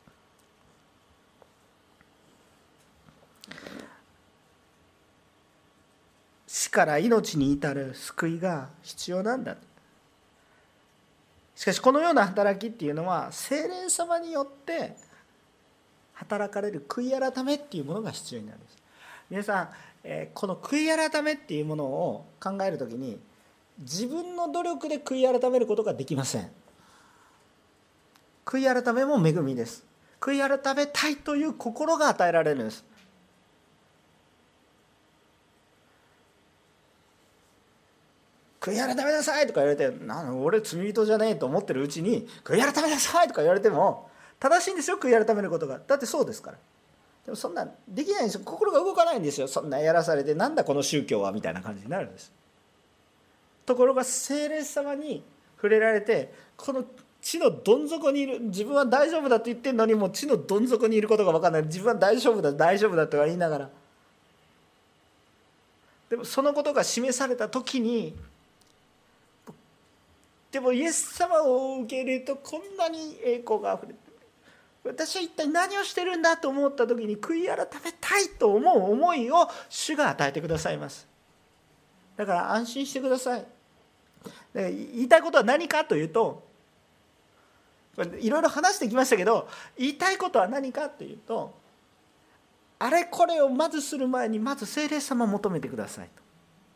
死から命に至る救いが必要なんだ。しかしこのような働きっていうのは聖霊様によって働かれる悔い改めっていうものが必要になるんです。皆さん、この悔い改めっていうものを考えるときに、自分の努力で悔い改めることができません。悔い改めも恵みです。悔い改めたいという心が与えられるんです。悔い改めなさいとか言われて、俺罪人じゃねえと思ってるうちに悔い改めなさいとか言われても正しいんですよ、悔い改めることが。だってそうですから。でもそんなできないんですよ。心が動かないんですよ。そんなやらされて、なんだこの宗教はみたいな感じになるんです。ところが聖霊様に触れられて、この地のどん底にいる、自分は大丈夫だと言ってるのに、もう地のどん底にいることが分からない。自分は大丈夫だ大丈夫だとは言いながら、でもそのことが示された時に、でもイエス様を受け入れるとこんなに栄光があふれて、私は一体何をしてるんだと思った時に、悔い改めたいと思う思いを主が与えてくださいます。だから安心してください。言いたいことは何かというと、いろいろ話してきましたけど、言いたいことは何かというと、あれこれをまずする前にまず聖霊様を求めてくださいと。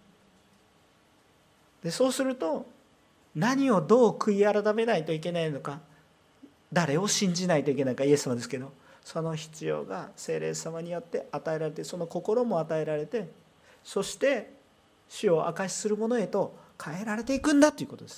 でそうすると、何をどう悔い改めないといけないのか、誰を信じないといけないか、イエス様ですけど、その必要が聖霊様によって与えられて、その心も与えられて、そして主を証しするものへと変えられていくんだということです。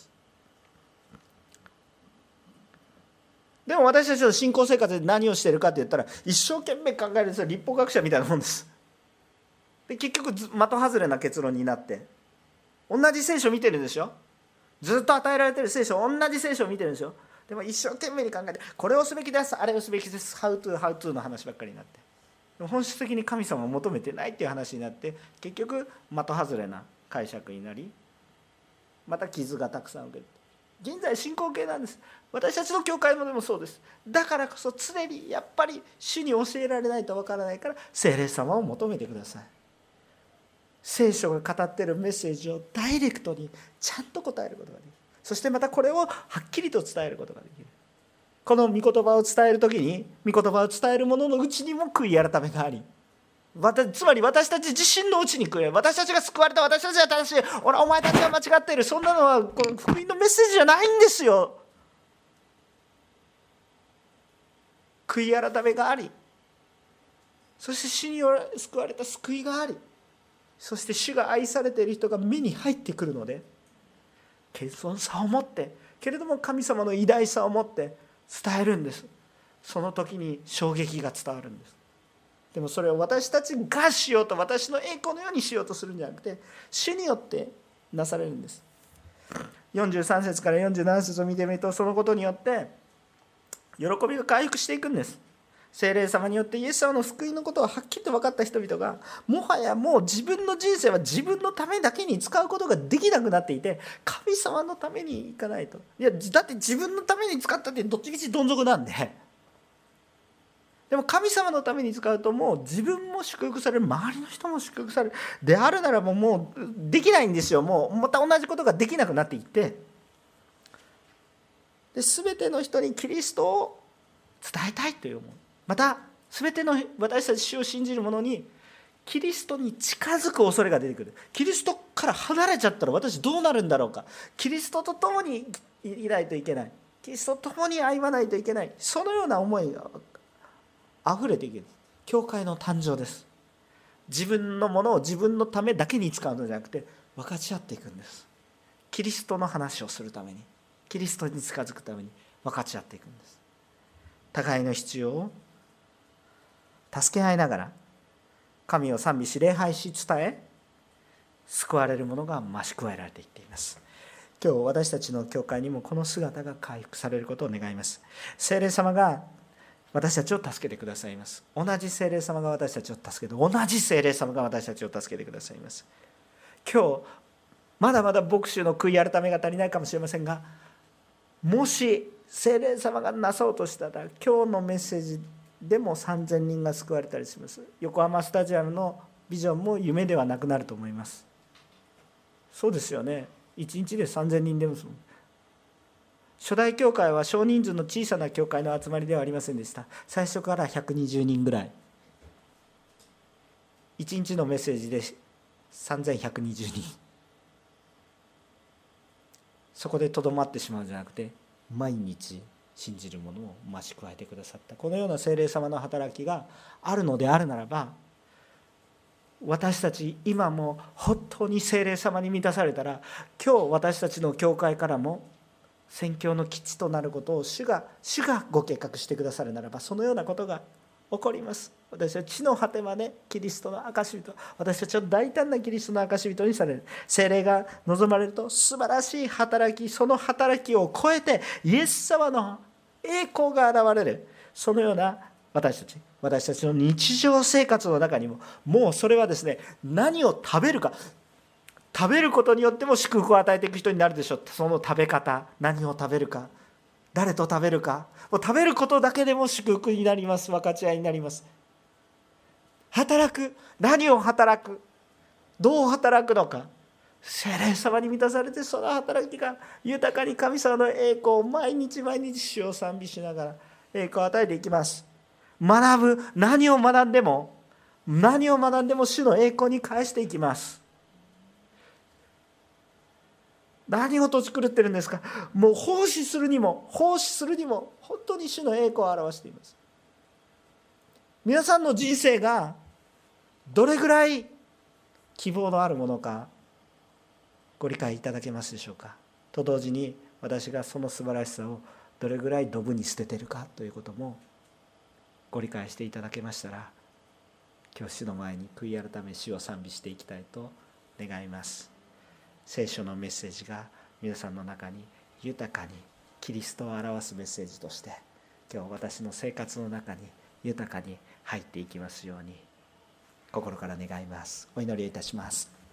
でも私たちの信仰生活で何をしているかといったら、一生懸命考えるんですよ。立法学者みたいなもんです。で結局的外れな結論になって、同じ聖書を見てるんですよ。ずっと与えられている聖書、同じ聖書を見てるんですよ。でも一生懸命に考えて、これをすべきです、あれをすべきです、How to の話ばっかりになって、本質的に神様を求めてないっていう話になって、結局的外れな解釈になり、また傷がたくさん受ける。現在進行形なんです。私たちの教会もでもそうです。だからこそ常にやっぱり主に教えられないとわからないから、聖霊様を求めてください。聖書が語っているメッセージをダイレクトにちゃんと答えることができる。そしてまたこれをはっきりと伝えることができる。この御言葉を伝えるときに、御言葉を伝える者のうちにも悔い改めがあり、つまり私たち自身のうちに悔い、私たちが救われた、私たちが正しい、お前たちは間違っている、そんなのはこの福音のメッセージじゃないんですよ。悔い改めがあり、そして主に救われた救いがあり、そして主が愛されている人が目に入ってくるので、謙遜さを持ってけれども神様の偉大さを持って伝えるんです。その時に衝撃が伝わるんです。でもそれを私たちがしようと、私の栄光のようにしようとするんじゃなくて、主によってなされるんです。43節から47節を見てみると、そのことによって喜びが回復していくんです。聖霊様によってイエス様の福音のことがはっきりと分かった人々が、もはやもう自分の人生は自分のためだけに使うことができなくなっていて、神様のためにいかないと。いやだって自分のために使ったってどっちみちどん底なんで、でも神様のために使うと、もう自分も祝福される、周りの人も祝福される。であるならばもうできないんですよ。もうまた同じことができなくなっていって、で全ての人にキリストを伝えたいという思い、また全ての私たち主を信じる者にキリストに近づく恐れが出てくる。キリストから離れちゃったら私どうなるんだろうか。キリストと共にいないといけない、キリストと共に歩まないといけない、そのような思いがあふれていく。教会の誕生です。自分のものを自分のためだけに使うのではなくて、分かち合っていくんです。キリストの話をするために、キリストに近づくために分かち合っていくんです。 互いの必要を助け合いながら神を賛美し礼拝し伝え、救われる者が増し加えられていっています。今日私たちの教会にもこの姿が回復されることを願います。聖霊様が私たちを助けてくださいます。同じ聖霊様が私たちを助けて、同じ聖霊様が私たちを助けてくださいます。今日まだまだ牧師の悔い改めが足りないかもしれませんが、もし聖霊様がなそうとしたら、今日のメッセージでも3000人が救われたりします。横浜スタジアムのビジョンも夢ではなくなると思います。そうですよね。1日で3000人でも。初代教会は少人数の小さな教会の集まりではありませんでした。最初から120人ぐらい、1日のメッセージで3120人、そこでとどまってしまうんじゃなくて、毎日信じる者を増し加えてくださった、このような聖霊様の働きがあるのであるならば、私たち今も本当に聖霊様に満たされたら、今日私たちの教会からも宣教の基地となることを主がご計画してくださるならば、そのようなことが起こります。私たち地の果てまでキリストの証人、私たちを大胆なキリストの証人にされる。聖霊が望まれると素晴らしい働き、その働きを超えてイエス様の栄光が現れる。そのような私たちの日常生活の中にも、もうそれはですね、何を食べるか、食べることによっても祝福を与えていく人になるでしょう。その食べ方、何を食べるか、誰と食べるか、もう食べることだけでも祝福になります。分かち合いになります。働く、何を働く、どう働くのか、聖霊様に満たされて、その働きが豊かに神様の栄光を毎日毎日主を賛美しながら栄光を与えていきます。学ぶ、何を学んでも主の栄光に返していきます。何をとち狂ってるんですか。もう奉仕するにも本当に主の栄光を表しています。皆さんの人生がどれぐらい希望のあるものかご理解いただけますでしょうか。と同時に、私がその素晴らしさをどれぐらいドブに捨てているかということもご理解していただけましたら、今日主の前に悔い改め主を賛美していきたいと願います。聖書のメッセージが皆さんの中に豊かにキリストを表すメッセージとして、今日私の生活の中に豊かに入っていきますように心から願います。お祈りいたします。